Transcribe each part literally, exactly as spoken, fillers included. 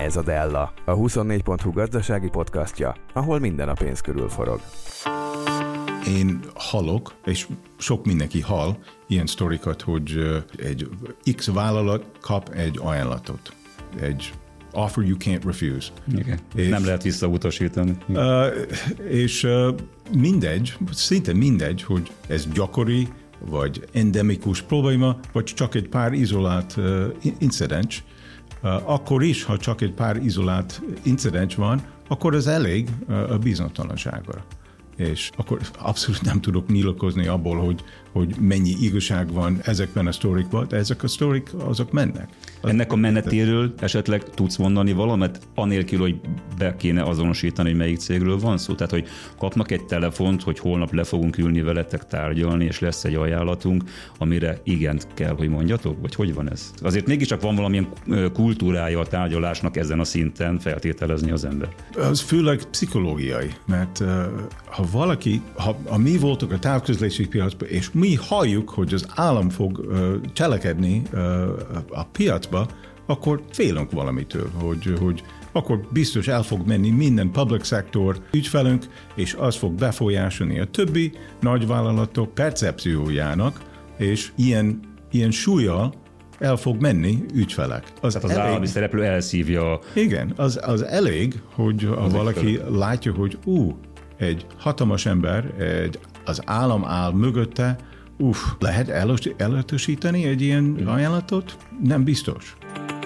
Ez a Della, a huszonnégy pont hu gazdasági podcastja, ahol minden a pénz körül forog. Én hallok, és sok mindenki hall ilyen sztorikat, hogy egy X vállalat kap egy ajánlatot, egy offer you can't refuse. Igen. És, nem lehet visszautasítani. Uh, és uh, mindegy, szinte mindegy, hogy ez gyakori, vagy endemikus probléma, vagy csak egy pár izolált uh, incidens. Uh, akkor is, ha csak egy pár izolált incidens van, akkor ez elég uh, a bizonytalanságra. És akkor abszolút nem tudok nyilatkozni abból, hogy, hogy mennyi igazság van ezekben a sztorikban, de ezek a sztorik, azok mennek. Ennek a menetéről esetleg tudsz mondani valamit, anélkül, hogy be kéne azonosítani, hogy melyik cégről van szó? Tehát, hogy kapnak egy telefont, hogy holnap le fogunk ülni veletek tárgyalni, és lesz egy ajánlatunk, amire igent kell, hogy mondjatok? Vagy hogy van ez? Azért mégiscsak van valamilyen kultúrája a tárgyalásnak ezen a szinten feltételezni az ember. Az főleg pszichológiai, mert uh, ha valaki, ha, ha mi voltunk a távközlési piacban, és mi halljuk, hogy az állam fog uh, cselekedni uh, a piacba, akkor félünk valamitől, hogy, hogy akkor biztos el fog menni minden public sector ügyfelünk, és az fog befolyásolni a többi nagyvállalatok percepciójának, és ilyen, ilyen súllyal el fog menni ügyfelek. Az Tehát az elég, állami szereplő elszívja. Igen, az, az elég, hogy az valaki ügyfelek. Látja, hogy ú, egy hatalmas ember, egy, az állam áll mögötte, uff, lehet elutasítani egy ilyen mm. ajánlatot? Nem biztos.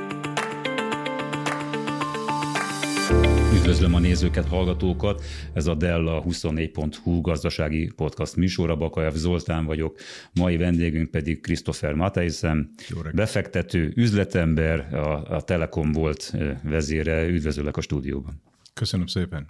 Üdvözlöm a nézőket, hallgatókat! Ez a Della huszonnégy pont hu gazdasági podcast műsora, Bakajev Zoltán vagyok, mai vendégünk pedig Christopher Matthijssen, befektető, üzletember, a, a Telekom volt vezére. Üdvözöllek a stúdióban. Köszönöm szépen!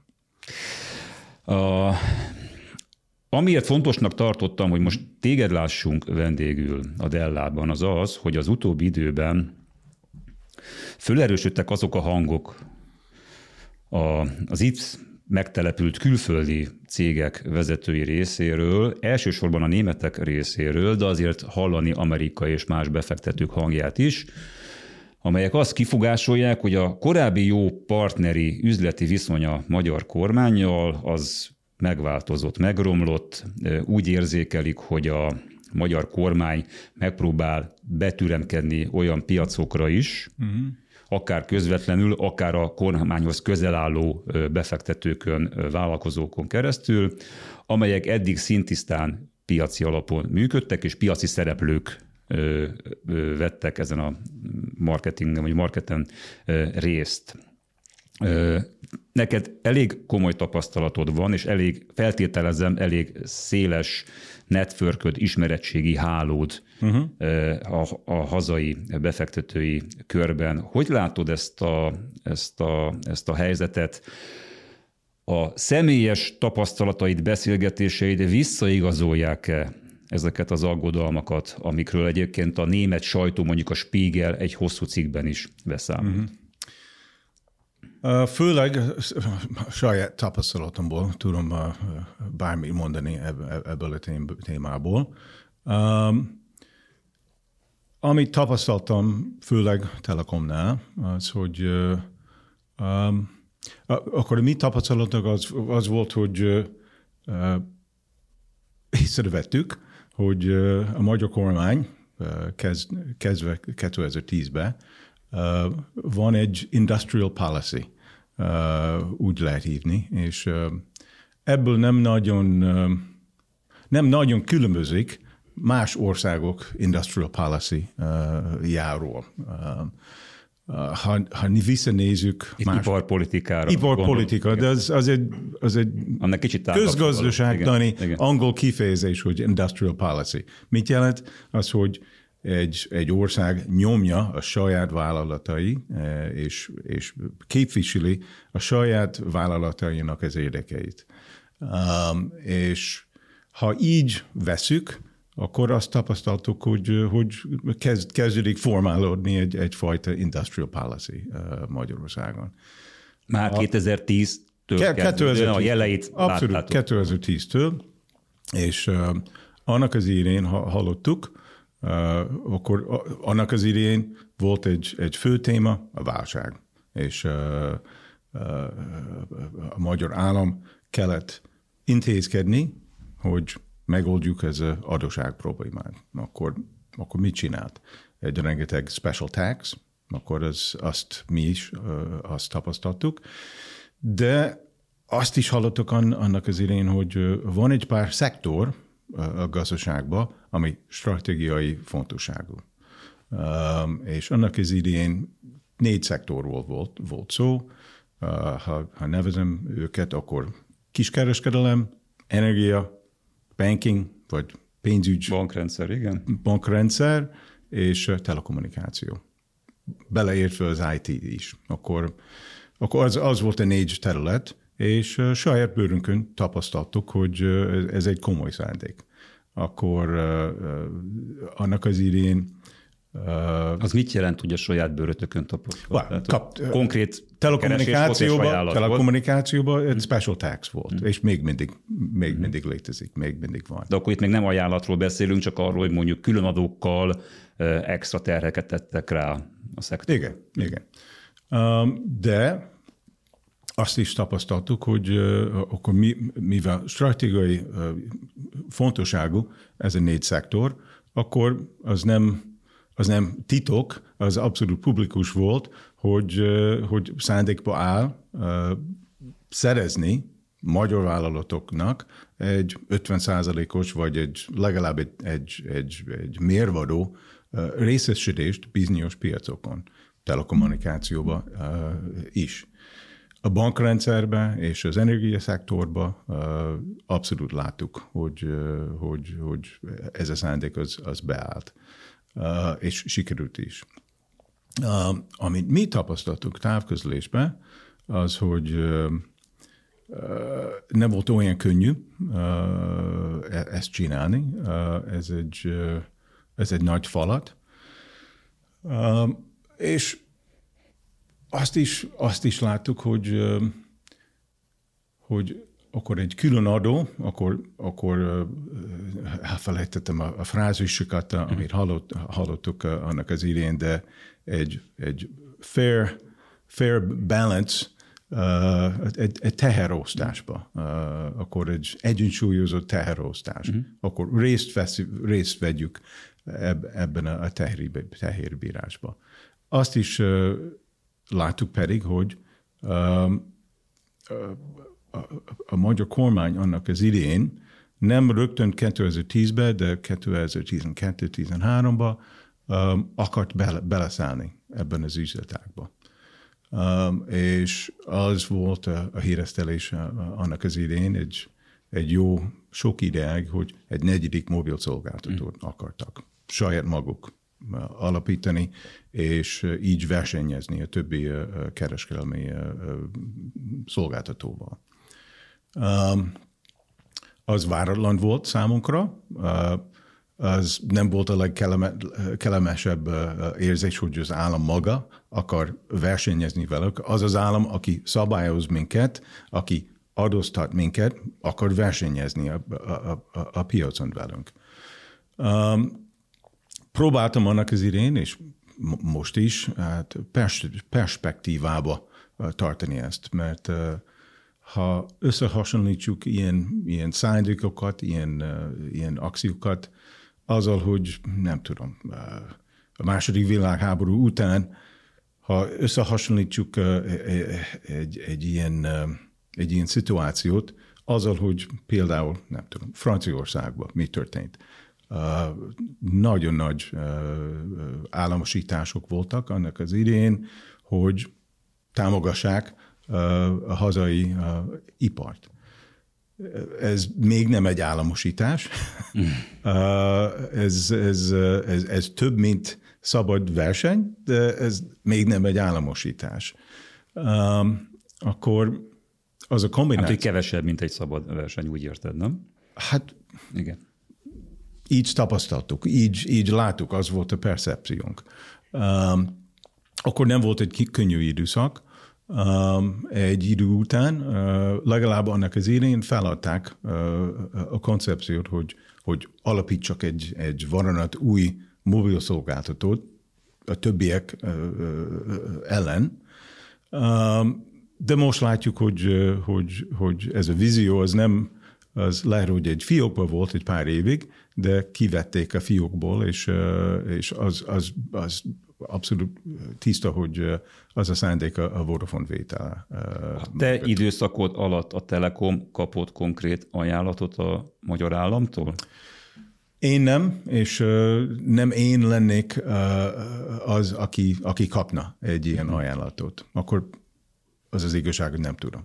A, amiért fontosnak tartottam, hogy most téged lássunk vendégül a Dellában, az az, hogy az utóbbi időben fölerősödtek azok a hangok a, az itt megtelepült külföldi cégek vezetői részéről, elsősorban a németek részéről, de azért hallani amerikai és más befektetők hangját is, amelyek azt kifogásolják, hogy a korábbi jó partneri üzleti viszony a magyar kormánnyal az megváltozott, megromlott, úgy érzékelik, hogy a magyar kormány megpróbál betüremkedni olyan piacokra is, uh-huh. akár közvetlenül, akár a kormányhoz közel álló befektetőkön, vállalkozókon keresztül, amelyek eddig szintisztán piaci alapon működtek, és piaci szereplők vettek ezen a marketingen, vagy marketen részt. Neked elég komoly tapasztalatod van, és elég, feltételezem, elég széles networköd, ismeretségi hálód uh-huh. a, a hazai befektetői körben. Hogy látod ezt a, ezt a, ezt a helyzetet? A személyes tapasztalataid, beszélgetéseid visszaigazolják-e ezeket az aggodalmakat, amikről egyébként a német sajtó, mondjuk a Spiegel egy hosszú cikkben is beszámol? Uh-huh. Főleg saját tapasztalatomból tudom bármit mondani ebből a témából. Um, amit tapasztaltam, főleg Telekomnál, az, hogy um, akkor a mi tapasztalatunk az, az volt, hogy uh, észrevettük, hogy a magyar kormány kezd, kezdve kétezer-tízben Uh, van egy industrial policy, uh, úgy lehet hívni, és uh, ebből nem nagyon, uh, nem nagyon különbözik más országok industrial policy uh, járól. Uh, uh, ha, ha visszanézzük... Itt más, iparpolitikára. Iparpolitika, de az, az egy, az egy közgazdaságtani angol kifejezés, hogy industrial policy. Mit jelent? Az, hogy Egy, egy ország nyomja a saját vállalatai, és, és képviseli a saját vállalatainak az érdekeit. Um, és ha így veszük, akkor azt tapasztaltuk, hogy, hogy kezd, kezdődik formálódni egy, egyfajta industrial policy uh, Magyarországon. Már kétezer-tíztől kezdődően a jeleit abszolút, láttátok. kétezer-tíztől, és uh, annak az idején hallottuk, Uh, akkor annak az idején volt egy, egy fő téma, a válság. és a magyar állam kellett intézkedni, hogy megoldjuk ez az adósság problémát. Akkor, akkor mit csinált? Egy rengeteg special tax, akkor az, azt mi is azt tapasztaltuk. De azt is hallottuk annak az idején, hogy van egy pár szektor a gazdaságban, ami stratégiai fontosságú. És annak az idején négy szektorról volt, volt szó. Ha, ha nevezem őket, akkor kiskereskedelem, energia, banking, vagy pénzügy. Bankrendszer, igen. Bankrendszer és telekommunikáció. Beleértve az i té is. Akkor, akkor az, az volt a négy terület, és saját bőrünkön tapasztaltuk, hogy ez egy komoly szándék. Akkor annak az idén Uh, az mit jelent, hogy a saját bőrötökön tapasztalt? Kap, konkrét telekommunikációban, telekommunikációban egy special tax volt, hmm. és még mindig, még hmm. mindig létezik, még mindig van. De akkor itt még nem ajánlatról beszélünk, csak arról, hogy mondjuk külön adókkal uh, extra terheket tettek rá a szektor. Igen, igen. Um, de azt is tapasztaltuk, hogy uh, akkor mi, mivel stratégiai uh, fontosságú ez a négy szektor, akkor az nem az nem titok, az abszolút publikus volt, hogy, hogy szándékba áll szerezni magyar vállalatoknak egy ötven százalékos, vagy egy legalább egy, egy, egy, egy mérvadó részesedést bizonyos piacokon, telekommunikációban is. A bankrendszerben és az energiaszektorban abszolút láttuk, hogy, hogy, hogy ez a szándék az, az beállt. Uh, és sikerült is. Uh, amit mi tapasztaltuk távközlésben, az, hogy uh, uh, nem volt olyan könnyű uh, ezt csinálni. Uh, ez, egy, uh, ez egy nagy falat. Uh, és azt is, azt is láttuk, hogy, uh, hogy akkor egy külön adó, akkor, akkor elfelejtettem a, a frázisokat, amit hallott, hallottuk annak az idén, de egy, egy fair, fair balance egy, egy teherosztásba, akkor egy egyensúlyozott teherosztás, uh-huh. akkor részt, veszi, részt vegyük ebben a tehérbírásban. Azt is láttuk pedig, hogy A, a magyar kormány annak az idén nem rögtön kétezer-tízben, de kétezer-tizenkettő-tizenháromban um, akart bele, beleszállni ebben az üzletágban. Um, és az volt a, a híresztelés annak az idén egy, egy jó sok ideig, hogy egy negyedik mobil szolgáltatót mm. akartak saját maguk alapítani, és így versenyezni a többi kereskedelmi szolgáltatóval. Um, az váratlan volt számunkra, uh, az nem volt a legkellemesebb érzés, hogy az állam maga akar versenyezni velük. Az az állam, aki szabályoz minket, aki adóztat minket, akar versenyezni a, a, a, a piacon velünk. Um, próbáltam annak az idén, és most is hát pers- perspektívába tartani ezt, mert uh, ha összehasonlítjuk ilyen, ilyen szándékokat, ilyen, uh, ilyen akciókat, azzal, hogy nem tudom, uh, a második világháború után, ha összehasonlítjuk uh, egy, egy, ilyen, uh, egy ilyen szituációt, azzal, hogy például, nem tudom, Franciaországban mi történt. Uh, nagyon nagy uh, államosítások voltak annak az idején, hogy támogassák uh, a hazai uh, ipart. Ez még nem egy államosítás. Mm. uh, ez, ez, ez, ez több, mint szabad verseny, de ez még nem egy államosítás. Um, akkor az a kombináció... Hát, hogy kevesebb, mint egy szabad verseny, úgy érted, nem? Hát... Igen. Így tapasztaltuk, így, így láttuk, az volt a percepciónk. Um, akkor nem volt egy könnyű időszak. Um, egy idő után uh, legalább annak az élén feladták uh, a koncepciót, hogy, hogy alapítsak egy, egy varanat új mobil szolgáltatót a többiek uh, uh, ellen. De most látjuk, hogy, hogy, hogy ez a vízió az nem, az lehet, hogy egy fiókban volt egy pár évig, de kivették a fiókból, és, és az, az, az abszolút tiszta, hogy az a szándék a Vodafone vétele. A te mögött. Időszakod alatt a Telekom kapott konkrét ajánlatot a magyar államtól? Én nem, és nem én lennék az, aki, aki kapna egy ilyen ajánlatot. Akkor az az igazság, hogy nem tudom.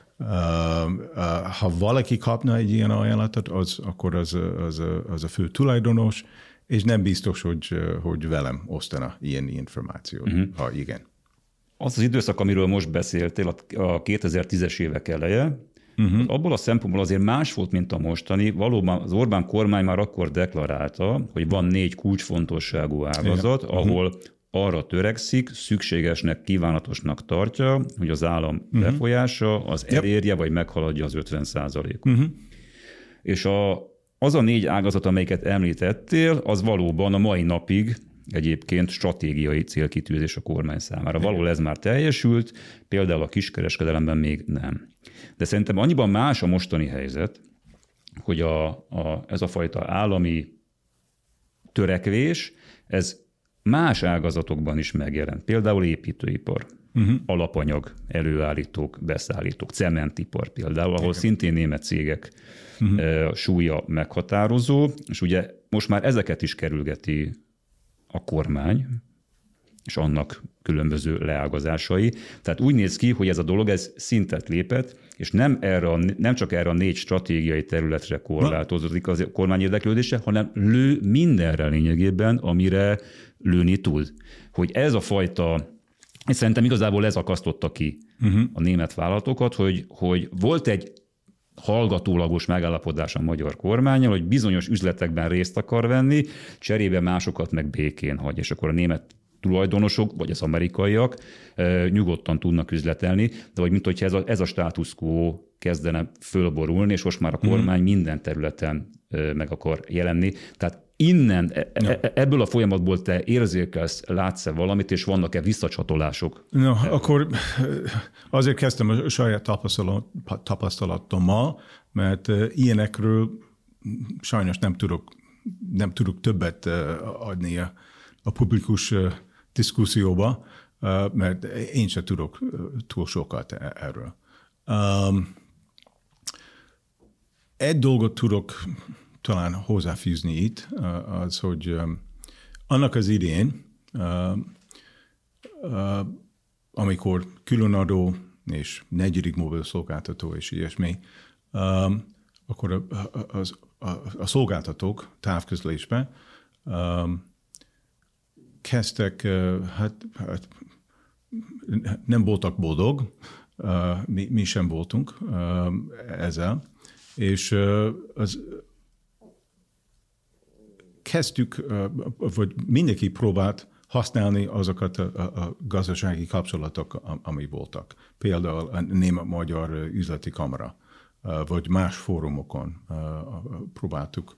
Ha valaki kapna egy ilyen ajánlatot, az, akkor az, az, az a fő tulajdonos, és nem biztos, hogy, hogy velem osztana ilyen információt, uh-huh. ha igen. Az az időszak, amiről most beszéltél, a kétezer-tízes évek eleje, uh-huh. abból a szempontból azért más volt, mint a mostani. Valóban az Orbán kormány már akkor deklarálta, hogy van négy kulcsfontosságú ágazat, uh-huh. ahol arra törekszik, szükségesnek, kívánatosnak tartja, hogy az állam uh-huh. befolyása az yep. elérje, vagy meghaladja az ötven százalékot. Uh-huh. És a, az a négy ágazat, amelyiket említettél, az valóban a mai napig egyébként stratégiai célkitűzés a kormány számára. Valahol ez már teljesült, például a kiskereskedelemben még nem. De szerintem annyiban más a mostani helyzet, hogy a, a, ez a fajta állami törekvés, ez más ágazatokban is megjelent. Például építőipar, uh-huh. alapanyag, előállítók, beszállítók, cementipar például, ahol Igen. szintén német cégek uh-huh. súlya meghatározó, és ugye most már ezeket is kerülgeti a kormány, és annak különböző leágazásai. Tehát úgy néz ki, hogy ez a dolog ez szintet lépett, és nem, erre a, nem csak erre a négy stratégiai területre korlátozódik az kormány érdeklődése, hanem lő mindenre lényegében, amire lőni tud. Hogy ez a fajta, és szerintem igazából ez akasztotta ki uh-huh. a német vállalatokat, hogy, hogy volt egy hallgatólagos megállapodás a magyar kormánnyal, hogy bizonyos üzletekben részt akar venni, cserébe másokat meg békén hagy, és akkor a német tulajdonosok, vagy az amerikaiak nyugodtan tudnak üzletelni, de vagy mint hogyha ez a, ez a status quo kezdene fölborulni, és most már a kormány mm. minden területen meg akar jelenni. Tehát innen, no. e, ebből a folyamatból te érzékelsz, látsz-e valamit, és vannak-e visszacsatolások? No, akkor azért kezdtem a saját tapasztalat, tapasztalatommal, mert ilyenekről sajnos nem tudok, nem tudok többet adni a, a publikus diszkuszióba, mert én sem tudok túl sokat erről. Egy dolgot tudok talán hozzáfűzni itt, az, hogy annak az idén, amikor különadó és negyedik mobil szolgáltató és ilyesmi, akkor az, a, a szolgáltatók távközlésben kezdtek, hát, hát nem voltak boldog, mi, mi sem voltunk ezzel, és az kezdtük, vagy mindenki próbált használni azokat a, a gazdasági kapcsolatok, ami voltak. Például a német-magyar üzleti kamara, vagy más fórumokon próbáltuk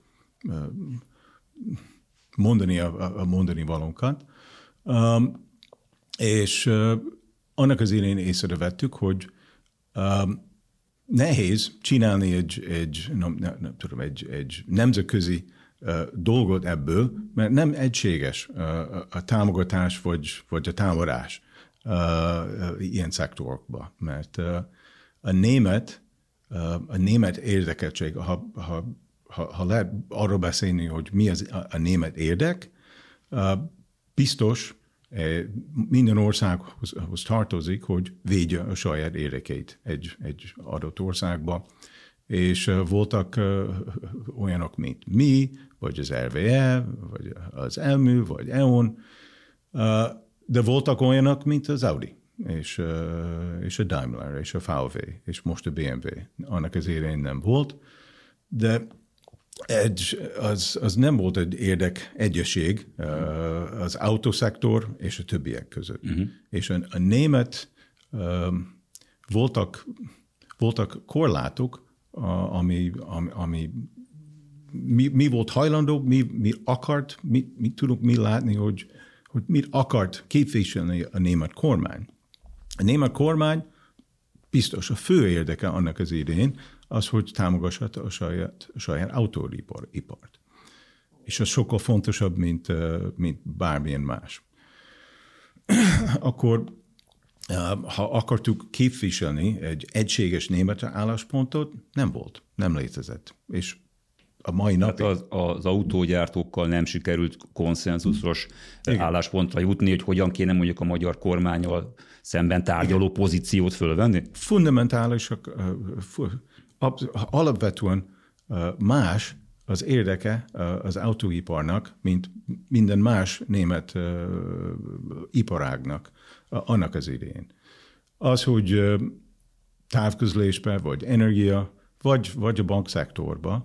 mondani a, a mondani valónkat. Um, és uh, annak az élén észrevettük, hogy um, nehéz csinálni egy, egy, nem, nem, nem tudom, egy, egy nemzetközi uh, dolgot ebből, mert nem egységes uh, a támogatás vagy, vagy a támadás uh, uh, ilyen szektorokban. Mert uh, a német, uh, a német érdekeltség, ha, ha Ha, ha lehet arról beszélni, hogy mi az a, a német érdek, uh, biztos eh, minden országhoz tartozik, hogy védje a saját érdekeit egy, egy adott országba. És uh, voltak uh, olyanok, mint mi, vagy az er vé é, vagy az Elmű, vagy é o en, uh, de voltak olyanok, mint az Audi, és, uh, és a Daimler, és a vé vé, és most a bé em vé. Annak az élén nem volt, de Egy, az, az nem volt egy érdek egyesség az autószektor és a többiek között. Uh-huh. És a, a német um, voltak, voltak korlátok, uh, ami, ami, ami mi, mi volt hajlandó, mi, mi akart, mi, mi tudunk mi látni, hogy, hogy mit akart képviselni a német kormány. A német kormány biztos a fő érdeke annak az idén az, hogy támogassa a saját, a saját autóipart. És az sokkal fontosabb, mint, mint bármilyen más. Akkor, ha akartuk képviselni egy egységes német álláspontot, nem volt, nem létezett. És a mai napig... Hát az, az autógyártókkal nem sikerült konszenzusos Igen. álláspontra jutni, hogy hogyan kéne mondjuk a magyar kormánnyal szemben tárgyaló Igen. pozíciót fölvenni? Fundamentálisak, alapvetően más az érdeke az autóiparnak, mint minden más német iparágnak annak az idején. Az, hogy távközlésbe, vagy energia, vagy, vagy a bankszektorba,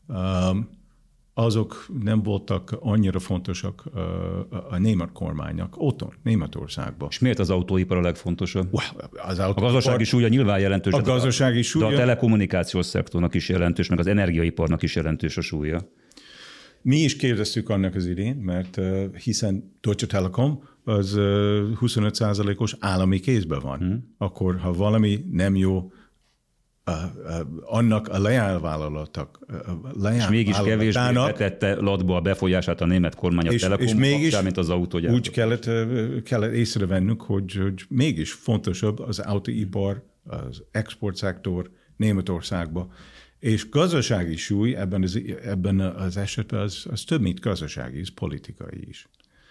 azok nem voltak annyira fontosak a német kormánynak otthon, Németországban. És miért az autóipar a legfontosabb? Well, az autóipar, a gazdasági súlya nyilván jelentős. A gazdasági súlya. De a telekommunikációs szektornak is jelentős, meg az energiaiparnak is jelentős a súlya. Mi is kérdeztük annak az idén, mert hiszen Deutsche Telekom az huszonöt százalékos állami kézben van. Hmm. Akkor, ha valami nem jó, A, a, annak a leányvállalatok. És mégis kevésbé vetette latba a befolyását a német kormány a Telekom kapcsán, mint az autógyártó. Úgy kellett, kellett észrevennünk, hogy, hogy mégis fontosabb az autóipar, az exportszektor Németországba. És gazdasági súly ebben az, ebben az esetben az, az több, mint gazdasági, ez politikai is.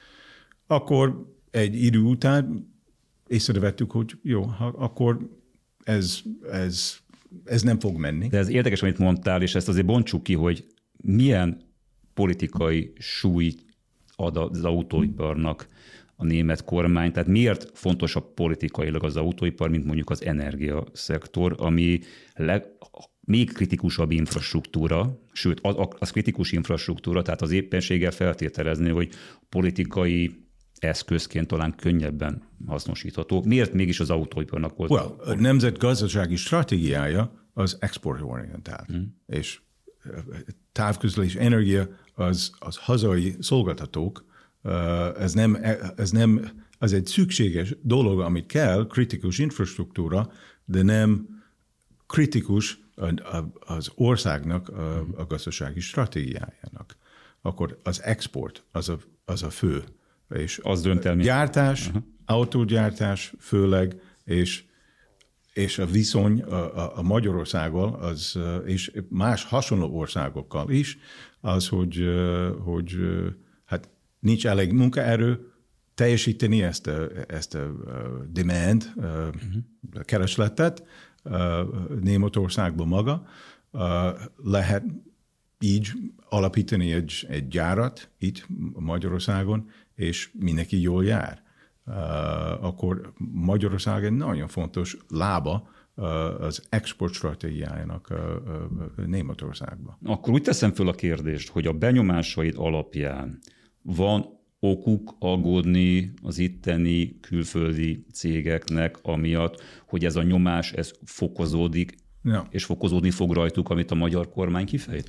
Akkor egy idő után észrevettük, hogy jó, ha, akkor ez, ez Ez nem fog menni. De ez érdekes, amit mondtál, és ezt azért bontsuk ki, hogy milyen politikai súly ad az autóiparnak a német kormány, tehát miért fontosabb politikailag az autóipar, mint mondjuk az energiaszektor, ami leg, még kritikusabb infrastruktúra, sőt, az, az kritikus infrastruktúra, tehát az éppenséggel feltételezni, hogy politikai eszközként talán könnyebben hasznosítható. Miért mégis az autóiparnak volt? Well, a nemzetgazdasági stratégiája az exportorientált, mm. és távközlés, energia az, az hazai szolgáltatók, ez nem, ez nem, az egy szükséges dolog, amit kell, kritikus infrastruktúra, de nem kritikus az országnak a, a gazdasági stratégiájának. Akkor az export az a, az a fő. És az dönt el, gyártás, uh-huh. autógyártás főleg, és, és a viszony a, a, a Magyarországgal, az, és más hasonló országokkal is, az, hogy, hogy hát nincs elég munkaerő teljesíteni ezt a, ezt a demand, uh-huh. keresletet Németországban maga, lehet így alapítani egy, egy gyárat itt Magyarországon, és mindenki jól jár. Uh, akkor Magyarország egy nagyon fontos lába uh, az export stratégiájának uh, uh, Németországba. Akkor úgy teszem föl a kérdést, hogy a benyomásaid alapján van okuk aggódni az itteni külföldi cégeknek amiatt, hogy ez a nyomás ez fokozódik, ja. és fokozódni fog rajtuk, amit a magyar kormány kifejt?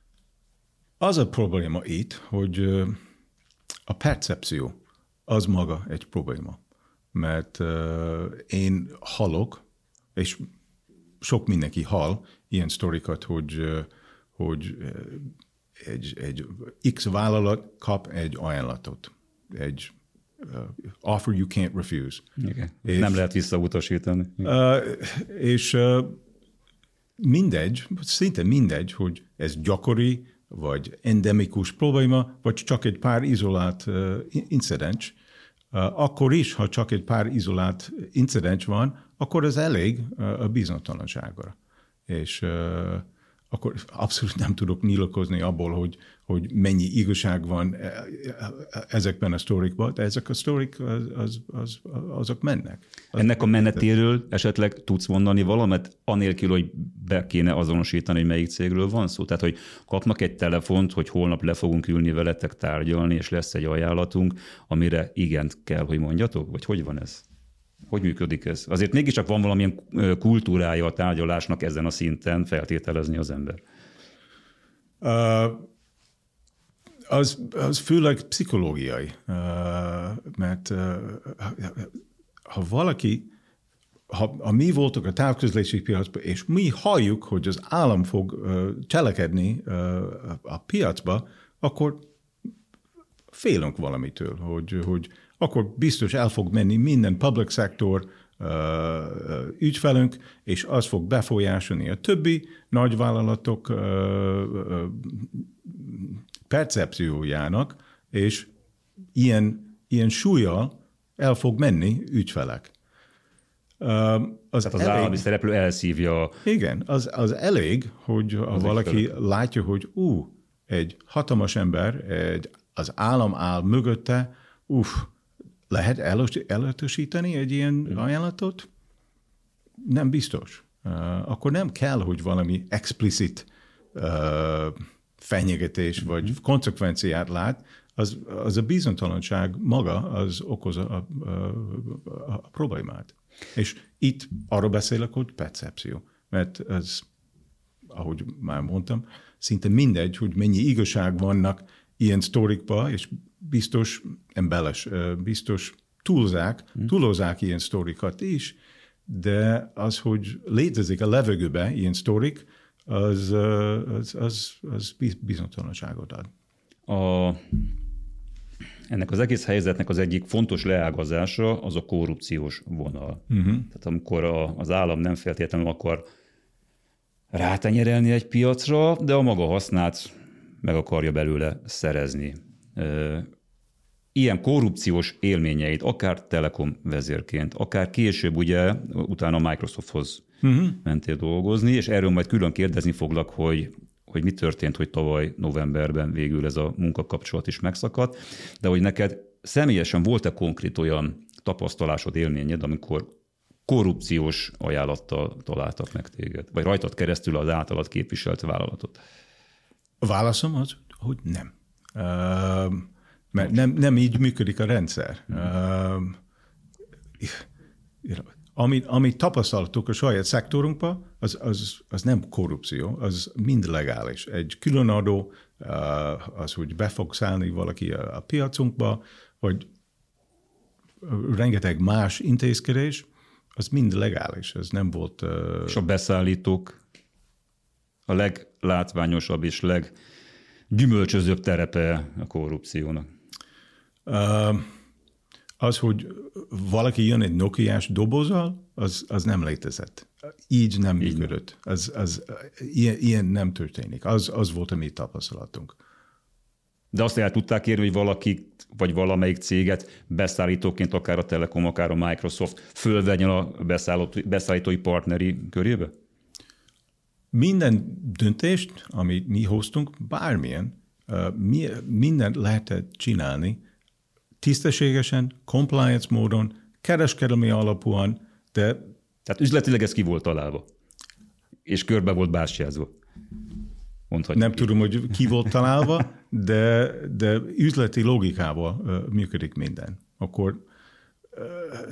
Az a probléma itt, hogy uh, a percepció az maga egy probléma, mert uh, én hallok, és sok mindenki hall ilyen sztorikat, hogy, uh, hogy uh, egy, egy X vállalat kap egy ajánlatot, egy uh, offer you can't refuse. Igen. És, nem lehet visszautasítani. Uh, és uh, mindegy, szinte mindegy, hogy ez gyakori, vagy endemikus probléma, vagy csak egy pár izolált uh, incidens, uh, akkor is, ha csak egy pár izolált incidens van, akkor ez elég uh, a bizonytalanságra. És uh, akkor abszolút nem tudok nyilatkozni abból, hogy, hogy mennyi igazság van ezekben a sztorikban, de ezek a sztorik az, az, az, azok mennek. Az Ennek a menetéről esetleg tudsz mondani valamit, anélkül, hogy be kéne azonosítani, hogy melyik cégről van szó? Tehát, hogy kapnak egy telefont, hogy holnap le fogunk ülni veletek tárgyalni, és lesz egy ajánlatunk, amire igent kell, hogy mondjatok? Vagy hogy van ez? Hogy működik ez? Azért mégiscsak van valamilyen kultúrája a tárgyalásnak ezen a szinten feltételezni az ember. Uh, az, az főleg pszichológiai, uh, mert uh, ha valaki ha, ha mi voltunk a távközlési piacban, és mi halljuk, hogy az állam fog uh, cselekedni uh, a piacba, akkor félünk valamitől, hogy, hogy akkor biztos el fog menni minden public sector uh, ügyfelünk, és az fog befolyásolni a többi nagyvállalatok uh, uh, percepciójának, és ilyen, ilyen súllyal el fog menni ügyfelek. Uh, az Tehát az elég, állami szereplő elszívja. Igen, az, az elég, hogy az valaki ügyfelek. Látja, hogy ú, egy hatalmas ember, egy, az állam áll mögötte, uff, lehet előtösíteni egy ilyen mm. ajánlatot? Nem biztos. Uh, akkor nem kell, hogy valami explicit uh, fenyegetés mm. vagy konsekvenciát lát, az, az a bizonytalanság maga az okozza a, a, a, a problémát. És itt arról beszélek, hogy percepció, mert ez, ahogy már mondtam, szinte mindegy, hogy mennyi igazság vannak ilyen sztorikba, és biztos embellis, biztos túlzák, túlozzák ilyen sztorikat is, de az, hogy létezik a levegőben ilyen sztorik, az, az, az, az bizonytalanságot ad. A, ennek az egész helyzetnek az egyik fontos leágazása az a korrupciós vonal. Uh-huh. Tehát amikor a, az állam nem feltétlenül akar rátenyerelni egy piacra, de a maga hasznát meg akarja belőle szerezni. Ilyen korrupciós élményeit, akár Telekom vezérként, akár később ugye utána Microsofthoz uh-huh. mentél dolgozni, és erről majd külön kérdezni foglak, hogy, hogy mi történt, hogy tavaly novemberben végül ez a munkakapcsolat is megszakadt, de hogy neked személyesen volt-e konkrét olyan tapasztalásod, élményed, amikor korrupciós ajánlattal találtak meg téged, vagy rajtad keresztül az általad képviselt vállalatot? A válaszom az, hogy nem. Uh, mert nem, nem így működik a rendszer. Uh, amit, amit tapasztaltuk a saját szektorunkban, az, az, az nem korrupció, az mind legális. Egy különadó, uh, az, hogy be fog szállni valaki a, a piacunkba, vagy rengeteg más intézkedés, az mind legális, ez nem volt... Uh... És a beszállítók a leglátványosabb és leggyümölcsözőbb terepe a korrupciónak? Uh, az, hogy valaki jön egy Nokiás dobozzal, az, az nem létezett. Így nem Így működött. Az, az, ilyen, ilyen nem történik. Az, az volt a mi tapasztalatunk. De azt el tudták érni, hogy valaki, vagy valamelyik céget beszállítóként, akár a Telekom, akár a Microsoft fölvegyen a beszállítói partneri körébe? Minden döntést, amit mi hoztunk, bármilyen, mi, mindent lehetett csinálni tisztességesen, compliance módon, kereskedelmi alapúan, de... Tehát üzletileg ez ki volt találva, és körbe volt bástyázva. Mondhatjuk Nem így. Tudom, hogy ki volt találva, de, de üzleti logikával uh, működik minden. Akkor uh,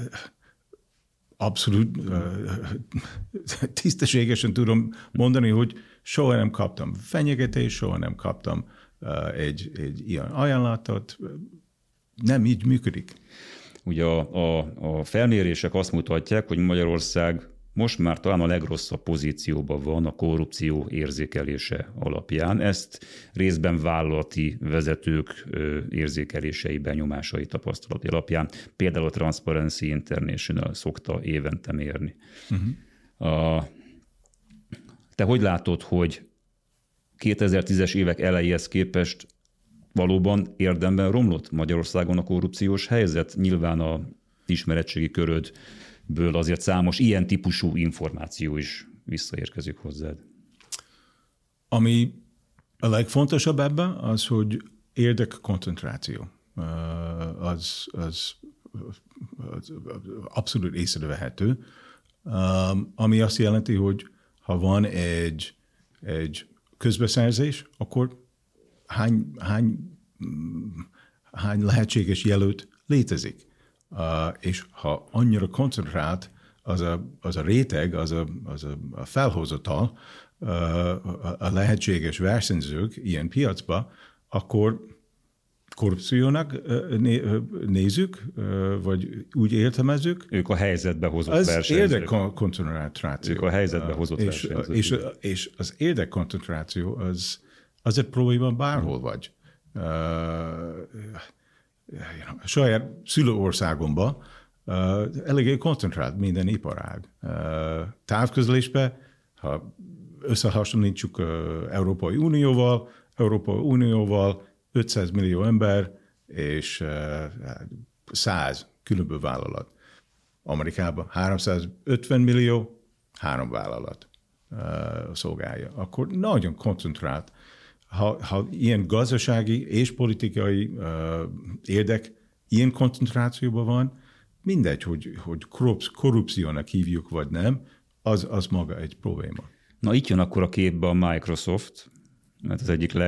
abszolút uh, tisztességesen tudom mondani, hogy soha nem kaptam fenyegetést, soha nem kaptam uh, egy, egy ilyen ajánlatot. Nem így működik. Ugye a, a, a felmérések azt mutatják, hogy Magyarország most már talán a legrosszabb pozícióban van a korrupció érzékelése alapján. Ezt részben vállalati vezetők érzékelései, benyomásai, tapasztalati alapján, például a Transparency International szokta évente mérni. Uh-huh. A, te hogy látod, hogy kétezer-tízes évek elejéhez képest valóban érdemben romlott Magyarországon a korrupciós helyzet? Nyilván a ismeretségi körödből azért számos ilyen típusú információ is visszaérkezik hozzád. Ami a legfontosabb ebben az, hogy érdekkoncentráció. Az, az, az abszolút észrevehető. Ami azt jelenti, hogy ha van egy, egy közbeszerzés, akkor hány, hány, hány lehetséges jelölt létezik. Uh, és ha annyira koncentrált az a, az a réteg, az a, az a felhozatal, uh, a lehetséges versenyzők ilyen piacba, akkor korrupciónak nézzük, vagy úgy értelmezzük. Ők a helyzetbe hozott az versenyzők. Az érdekkoncentráció. Ők a helyzetbe hozott és, versenyzők. És, és az érdekkoncentráció az, az egy probléma bárhol vagy. Uh, a saját szülőországomban uh, eléggé koncentrált minden iparág. Uh, távközlésben, ha összehasonlítjuk uh, Európai Unióval, Európai Unióval ötszáz millió ember és uh, száz különböző vállalat. Amerikában háromszázötven millió, három vállalat uh, szolgálja. Akkor nagyon koncentrált. Ha, ha ilyen gazdasági és politikai uh, érdek ilyen koncentrációban van, mindegy, hogy, hogy korrupciónak hívjuk, vagy nem, az, az maga egy probléma. Na itt jön akkor a képbe a Microsoft, mert az egyik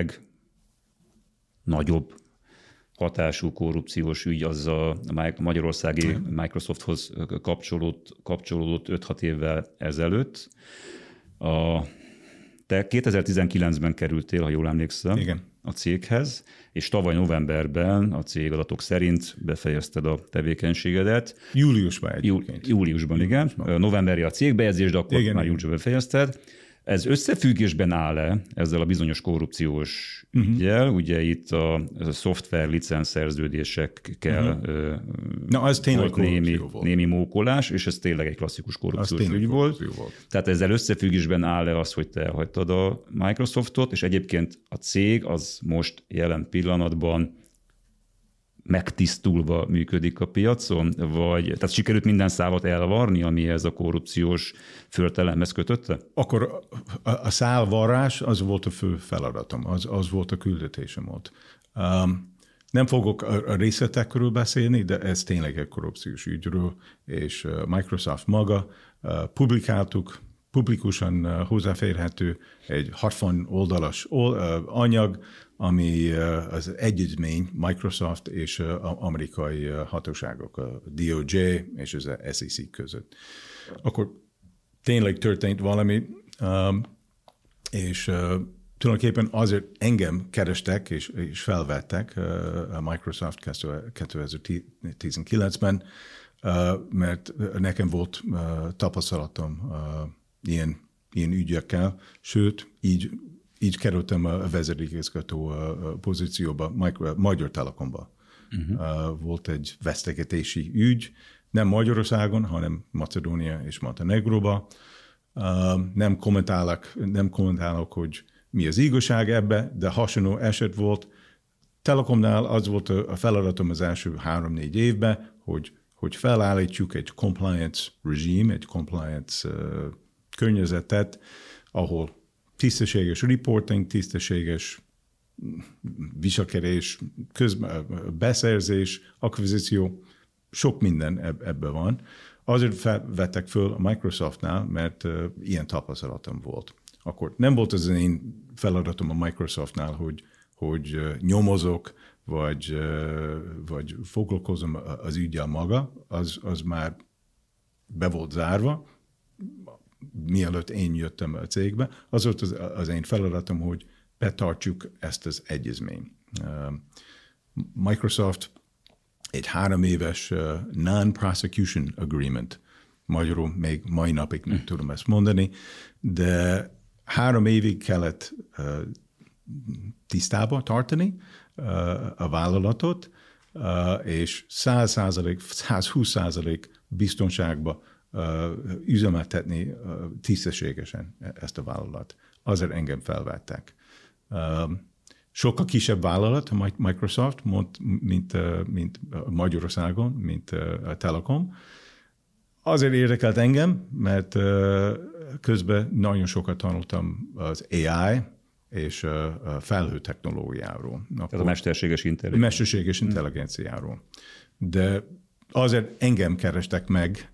legnagyobb hatású korrupciós ügy az a magyarországi Microsofthoz kapcsolódott, kapcsolódott öt-hat évvel ezelőtt. A, te kétezer-tizenkilencben kerültél, ha jól emlékszem, igen, a céghez, és tavaly novemberben a cég adatok szerint befejezted a tevékenységedet. Júliusban egyébként. Jú, júliusban, igen. Júliusban. Novemberi a cégbejegyzés, de akkor igen, már júliusban befejezted. Ez összefüggésben áll-e ezzel a bizonyos korrupciós uh-huh. üggyel? Ugye itt a, a szoftver licenszerződésekkel uh-huh. Na, az tényleg némi, volt. némi mókolás, és ez tényleg egy klasszikus korrupciós ügy volt. volt. Tehát ezzel összefüggésben áll-e az, hogy te elhagytad a Microsoftot, és egyébként a cég az most jelen pillanatban megtisztulva működik a piacon, vagy tehát sikerült minden szávat elvarni, ami ez a korrupciós förtelemhez kötötte? Akkor a, a szálvarrás az volt a fő feladatom, az, az volt a küldetésem ott. Um, nem fogok a, a részletekről beszélni, de ez tényleg egy korrupciós ügyről, és Microsoft maga uh, publikáltuk, publikusan uh, hozzáférhető egy hatvan oldalas ol, uh, anyag, ami uh, az egyezmény Microsoft és uh, amerikai uh, hatóságok, a D O J és az S E C között. Akkor tényleg történt valami, um, és uh, tulajdonképpen azért engem kerestek és, és felvettek uh, a Microsoft kétezer-tizenkilencben, uh, mert nekem volt uh, tapasztalatom uh, ilyen, ilyen ügyekkel, sőt, így, így kerültem a vezetékigazgató pozícióba, Magyar Telekomba. Uh-huh. Volt egy vesztegetési ügy, nem Magyarországon, hanem Macedónia és Montenegróba. Nem kommentálok, nem kommentálok, hogy mi az igazság ebbe, de hasonló eset volt. Telekomnál az volt a feladatom az első három-négy évben, hogy, hogy felállítjuk egy compliance regime, egy compliance uh, környezetet, ahol tisztességes reporting, tisztességes viselkedés, közben beszerzés, akvizíció, sok minden ebben van. Azért vettek föl a Microsoftnál, mert uh, ilyen tapasztalatom volt. Akkor nem volt az én feladatom a Microsoftnál, hogy, hogy uh, nyomozok, vagy, uh, vagy foglalkozom az ügyel maga, az, az már be volt zárva, mielőtt én jöttem a cégbe. Az volt az, az én feladatom, hogy betartjuk ezt az egyezményt. Uh, Microsoft egy három éves uh, non-prosecution agreement, magyarul még mai napig nem tudom ezt mondani, de három évig kellett uh, tisztába tartani uh, a vállalatot, uh, és száz százalék, százhúsz százalék biztonságba uh, üzemeltetni uh, tisztességesen ezt a vállalat. Azért engem felvettek. Uh, sokkal kisebb vállalat a Microsoft, mint, uh, mint Magyarországon, mint uh, a Telekom. Azért érdekelt engem, mert uh, közben nagyon sokat tanultam az A I és a felhő technológiáról. Tehát a mesterséges intelligencia. Mesterséges intelligenciáról. De azért engem kerestek meg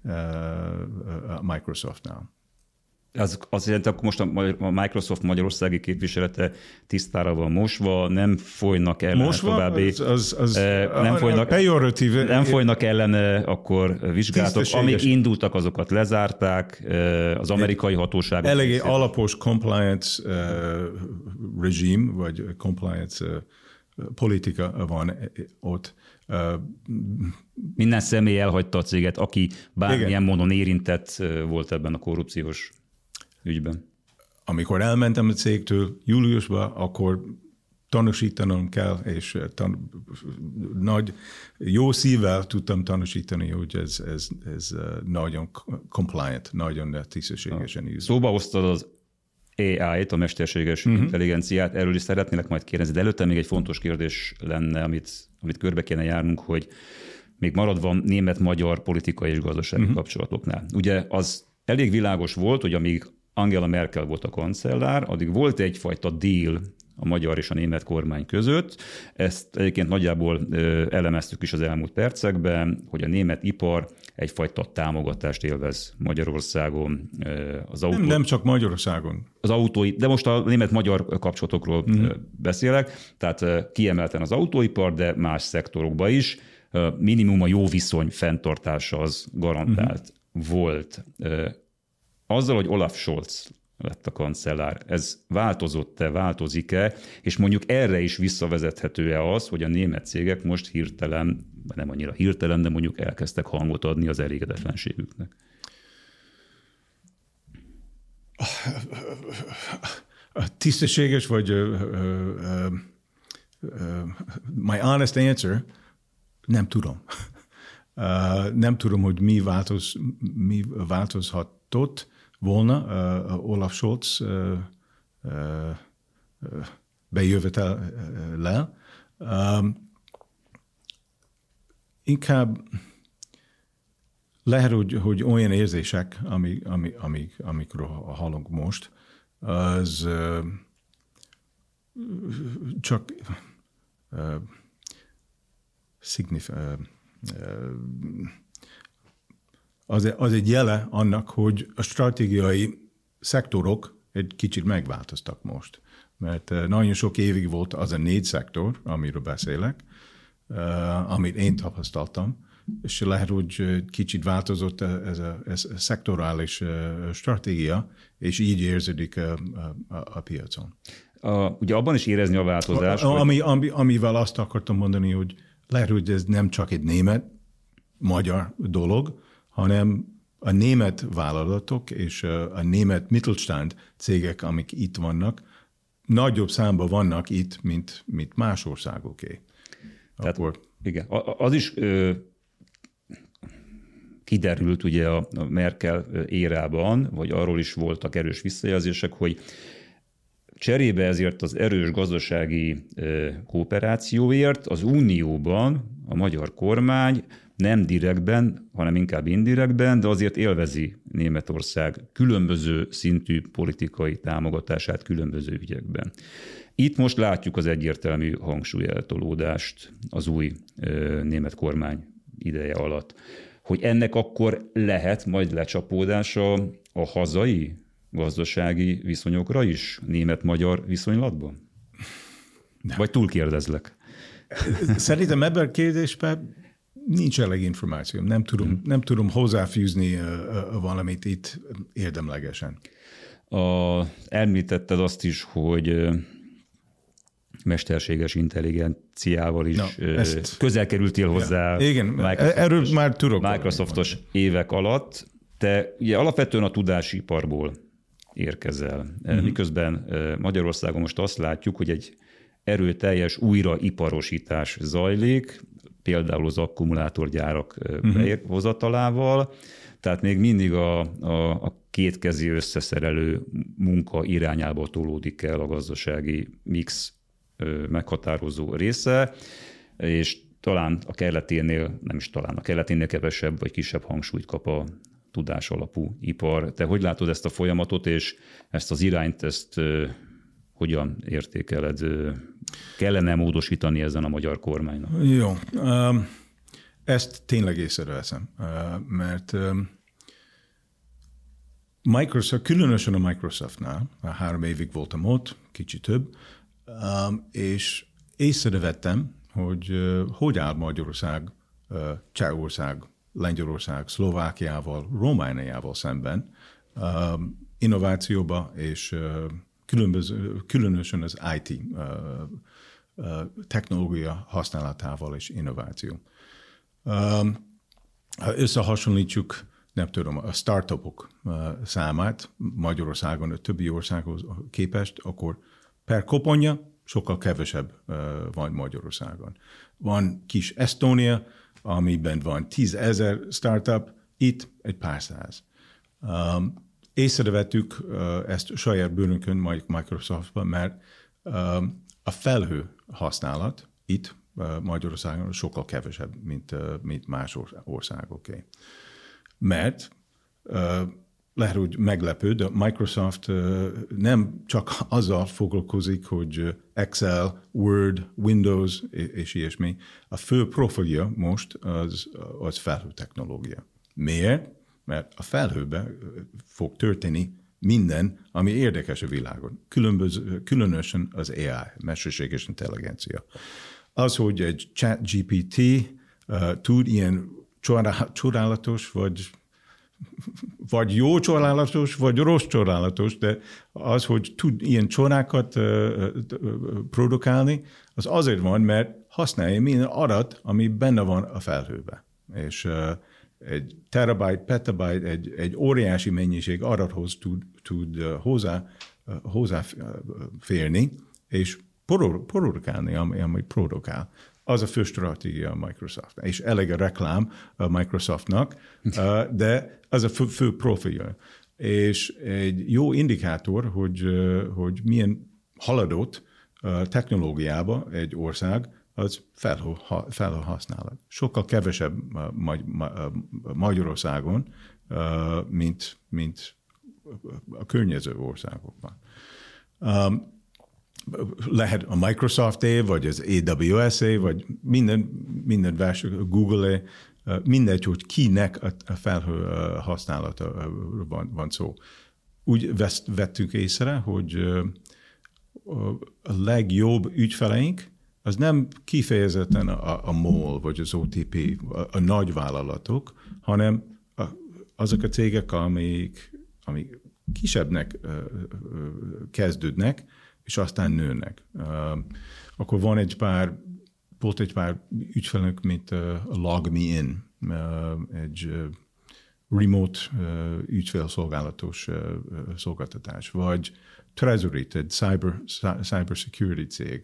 a Microsoftnál. Az azt jelenti, akkor most a Microsoft magyarországi képviselete tisztára van mosva, nem folynak ellene mosva, további... Az, az, az nem, a, folynak, a nem folynak ellene akkor vizsgálatok, amik indultak, azokat lezárták, az amerikai hatóságok... Eléggé alapos compliance uh, regime, vagy compliance uh, politika van ott. Minden személy elhagyta a céget, aki bármilyen igen. módon érintett volt ebben a korrupciós ügyben. Amikor elmentem a cégtől júliusban, akkor tanúsítanom kell, és tan- nagy, jó szívvel tudtam tanúsítani, hogy ez, ez, ez nagyon compliant, nagyon tisztességesen űz. Szóba hoztad az á í-t, a mesterséges uh-huh. intelligenciát, erről is szeretnélek majd kérdezni, de előtte még egy fontos kérdés lenne, amit, amit körbe kéne járnunk, hogy még maradva német-magyar politikai és gazdasági uh-huh. kapcsolatoknál. Ugye az elég világos volt, hogy amíg Angela Merkel volt a kancellár, addig volt egyfajta deal a magyar és a német kormány között. Ezt egyébként nagyjából elemeztük is az elmúlt percekben, hogy a német ipar egyfajta támogatást élvez Magyarországon. Az autó... nem, nem csak Magyarországon. Az autói, de most a német-magyar kapcsolatokról mm. beszélek, tehát kiemelten az autóipar, de más szektorokban is. Minimum a jó viszony fenntartása az garantált mm. volt. Azzal, hogy Olaf Scholz lett a kancellár, ez változott-e, változik-e, és mondjuk erre is visszavezethető-e az, hogy a német cégek most hirtelen, nem annyira hirtelen, de mondjuk elkezdtek hangot adni az elégedetlenségüknek? Tisztességes vagy uh, uh, uh, my honest answer, nem tudom. Uh, nem tudom, hogy mi, változ, mi változhatott volna uh, Olaf Scholz uh, uh, bejövetellel. Um, inkább lehet, hogy, hogy olyan érzések, ami, ami, ami, amikről hallunk most, az uh, csak uh, signif- uh, Az, az egy jele annak, hogy a stratégiai szektorok egy kicsit megváltoztak most. Mert nagyon sok évig volt az a négy szektor, amiről beszélek, amit én tapasztaltam, és lehet, hogy kicsit változott ez a, ez a szektorális stratégia, és így érződik a, a, a piacon. A, ugye abban is érezni a változást. A, ami, ami, amivel azt akartam mondani, hogy lehet, hogy ez nem csak egy német-magyar dolog, hanem a német vállalatok és a német Mittelstand cégek, amik itt vannak, nagyobb számban vannak itt, mint, mint más országoké. Tehát, Akkor... igen, az is ö, kiderült ugye a Merkel érában, vagy arról is voltak erős visszajelzések, hogy cserébe ezért az erős gazdasági kooperációért az Unióban a magyar kormány nem direktben, hanem inkább indirektben, de azért élvezi Németország különböző szintű politikai támogatását különböző ügyekben. Itt most látjuk az egyértelmű hangsúlyeltolódást az új ö, német kormány ideje alatt. Hogy ennek akkor lehet majd lecsapódása a hazai gazdasági viszonyokra is, német-magyar viszonylatban? Nem. Vagy túlkérdezlek? Szerintem ebben a kérdésben nincs elég információm. Nem tudom, hmm. nem tudom hozzáfűzni uh, uh, valamit itt érdemlegesen. A, említetted azt is, hogy uh, mesterséges intelligenciával is Na, uh, közel kerültél hozzá. Ja, igen, erről már tudok. Microsoftos évek alatt. Te ugye alapvetően a tudásiparból érkezel. Hmm. Miközben uh, Magyarországon most azt látjuk, hogy egy erőteljes újraiparosítás zajlik, például az akkumulátorgyárak uh-huh. behozatalával, tehát még mindig a, a, a kétkezi összeszerelő munka irányába tolódik el a gazdasági mix meghatározó része, és talán a kelleténél, nem is talán, a kelleténél kevesebb vagy kisebb hangsúlyt kap a tudás alapú ipar. Te hogy látod ezt a folyamatot, és ezt az irányt, ezt hogyan értékeled? Kellene módosítani ezen a magyar kormánynak? Jó. Ezt tényleg észreveszem, mert Microsoft, különösen a Microsoftnál, három évig voltam ott, kicsit több, és észrevettem, hogy hogy áll Magyarország, Csehország, Lengyelország, Szlovákiával, Romániával szemben innovációba és különböző, különösen az i té technológia használatával és innováció. Ha összehasonlítjuk, nem tudom, a startupok számát Magyarországon a többi országhoz képest, akkor per koponya sokkal kevesebb van Magyarországon. Van kis Estonia, amiben van tízezer startup, itt egy pár száz. Um, észrevettük uh, ezt saját bőrünkön Microsoftban, mert um, a felhő használat itt uh, Magyarországon sokkal kevesebb, mint, uh, mint más országoké. Mert uh, lehet, hogy meglepő, de Microsoft uh, nem csak azzal foglalkozik, hogy Excel, Word, Windows és ilyesmi. A fő profilja most az, az felhő technológia. Miért? Mert a felhőben fog történni minden, ami érdekes a világon. Különböző, különösen az á i, mesterséges intelligencia. Az, hogy egy ChatGPT uh, tud ilyen csodálatos, vagy vagy jó csodálatos, vagy rossz csodálatos, de az, hogy tud ilyen csodákat uh, produkálni, az azért van, mert használja minden adat, ami benne van a felhőben. És uh, egy terabyte, petabyte, egy, egy óriási mennyiség adathoz tud, tud uh, hozzá, uh, hozzáférni, és produkálni, ami, ami produkál. Az a fő stratégia a Microsoft. És elég a reklám a Microsoftnak, de az a fő, fő profilja. És egy jó indikátor, hogy, hogy milyen haladott technológiába egy ország, az felhő használat. Sokkal kevesebb Magyarországon, mint, mint a környező országokban. Lehet a Microsoft-é, vagy az á dupla vé es-é, vagy minden, minden vers, Google-é, mindegy, hogy kinek a felhő használata van, van szó. Úgy vettünk észre, hogy a legjobb ügyfeleink az nem kifejezetten a, a MOL, vagy az o té pé, a, a nagy vállalatok, hanem a, azok a cégek, amik, amik kisebbnek kezdődnek, és aztán nőnek. Uh, akkor van egy pár, volt egy pár ügyfelünk, mint uh, LogMeIn, uh, egy uh, remote uh, ügyfélszolgálatos uh, szolgáltatás, vagy Treasury, egy cyber, cyber security cég.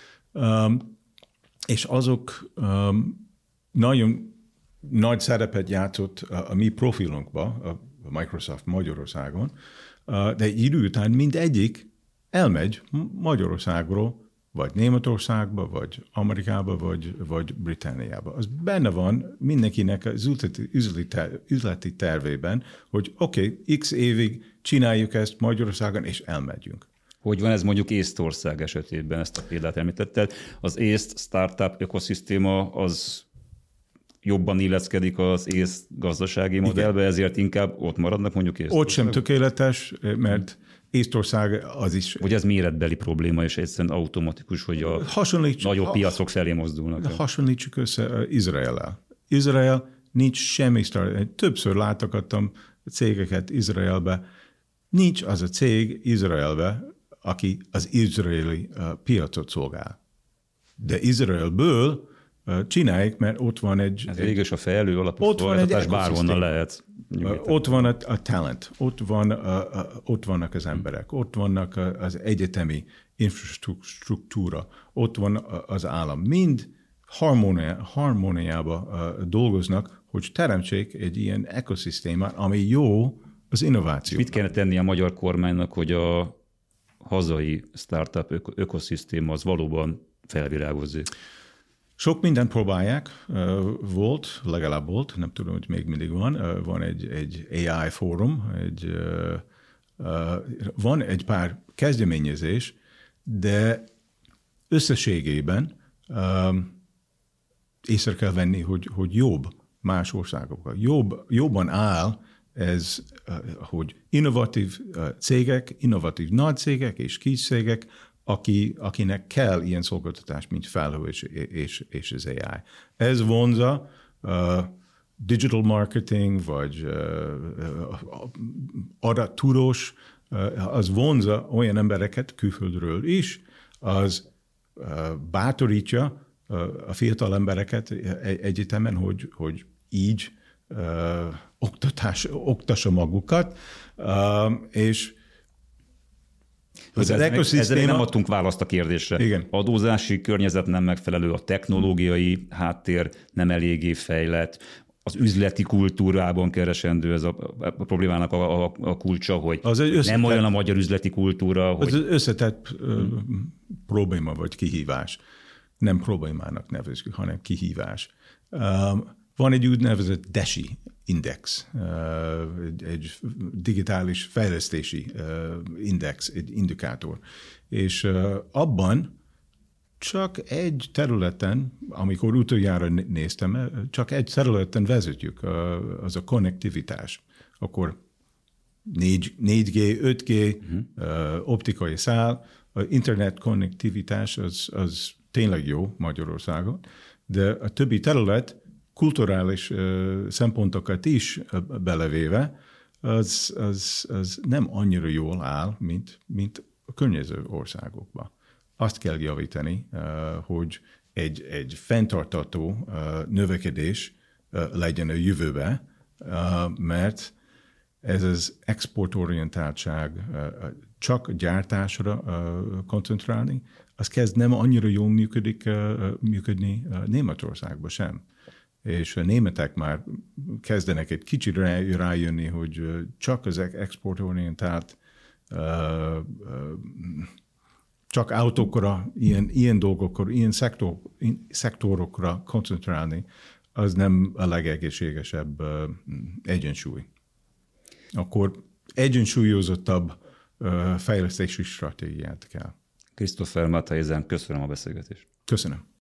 Um, és azok um, nagyon nagy szerepet játszott a, a mi profilunkba, a Microsoft Magyarországon, uh, de egy idő után mindegyik elmegy Magyarországról, vagy Németországba, vagy Amerikába, vagy, vagy Britanniába. Az benne van mindenkinek az üzleti, üzleti, üzleti tervében, hogy oké, okay, x évig csináljuk ezt Magyarországon, és elmegyünk. Hogy van ez mondjuk Észtország esetében, ezt a példát említetted? Az észt startup ökoszisztéma az jobban illeszkedik az észt gazdasági modellbe, igen, ezért inkább ott maradnak mondjuk Észtország? Ott sem tökéletes, mert Észtország az is... Hogy ez méretbeli probléma, és egyszerűen automatikus, hogy a nagyobb ha, piacok felé mozdulnak. Hasonlítsuk össze Izraellel. Izrael nincs semmi startup. Többször látogattam cégeket Izraelbe. Nincs az a cég Izraelbe, aki az izraeli uh, piacot szolgál. De Izraelből uh, csinálják, mert ott van egy... Ez végül is a fejlő alapú szolgáltatás bárhonnan lehet. Uh, ott van a, a talent, ott, van, uh, uh, ott vannak az emberek, ott vannak uh, az egyetemi infrastruktúra, ott van uh, az állam. Mind harmónia, harmóniába uh, dolgoznak, hogy teremtsék egy ilyen ekoszisztémát, ami jó az innováció. Mit kellene tenni a magyar kormánynak, hogy a hazai startup ök- ökoszisztéma az valóban felvirágozzék? Sok mindent próbálják. Volt, legalább volt, nem tudom, hogy még mindig van. Van egy, egy á i fórum, egy, van egy pár kezdeményezés, de összességében észre kell venni, hogy, hogy jobb más országokkal. Jobb, jobban áll ez, hogy innovatív cégek, innovatív nagy cégek és kis cégek, aki, akinek kell ilyen szolgáltatás, mint felhő és, és, és az á i. Ez vonza uh, digital marketing, vagy uh, adattudós, uh, az vonza olyan embereket külföldről is, az bátorítja a fiatal embereket egyetemen, hogy, hogy így oktatás, oktassa magukat, és az ezzel, ezzel nem adtunk választ a kérdésre. Igen. Adózási környezet nem megfelelő, a technológiai háttér nem eléggé fejlett, az üzleti kultúrában keresendő ez a, a problémának a, a, a kulcsa, hogy az összetett, nem olyan a magyar üzleti kultúra. Hogy... Az összetett hmm. probléma vagy kihívás. Nem problémának nevezzük, hanem kihívás. Van egy úgynevezett D E S I index, egy digitális fejlesztési index, egy indikátor. És abban csak egy területen, amikor utoljára néztem, csak egy területen vezetjük, az a konnektivitás. Akkor négy G, öt G, uh-huh. optikai szál, az internet konnektivitás az, az tényleg jó Magyarországon, de a többi terület kulturális uh, szempontokat is belevéve, az, az, az nem annyira jól áll, mint, mint a környező országokban. Azt kell javítani, uh, hogy egy, egy fenntartató uh, növekedés uh, legyen a jövőbe, uh, mert ez az exportorientáltság, uh, csak a gyártásra uh, koncentrálni, az kezd nem annyira jól működik, uh, működni uh, Németországban sem. És a németek már kezdenek egy kicsit rájönni, hogy csak az exportorientált, csak autókra, ilyen, ilyen dolgokra, ilyen szektor, szektorokra koncentrálni, az nem a legegészségesebb egyensúly. Akkor egyensúlyozottabb fejlesztési stratégiát kell. Christopher Matthijsen, köszönöm a beszélgetést. Köszönöm.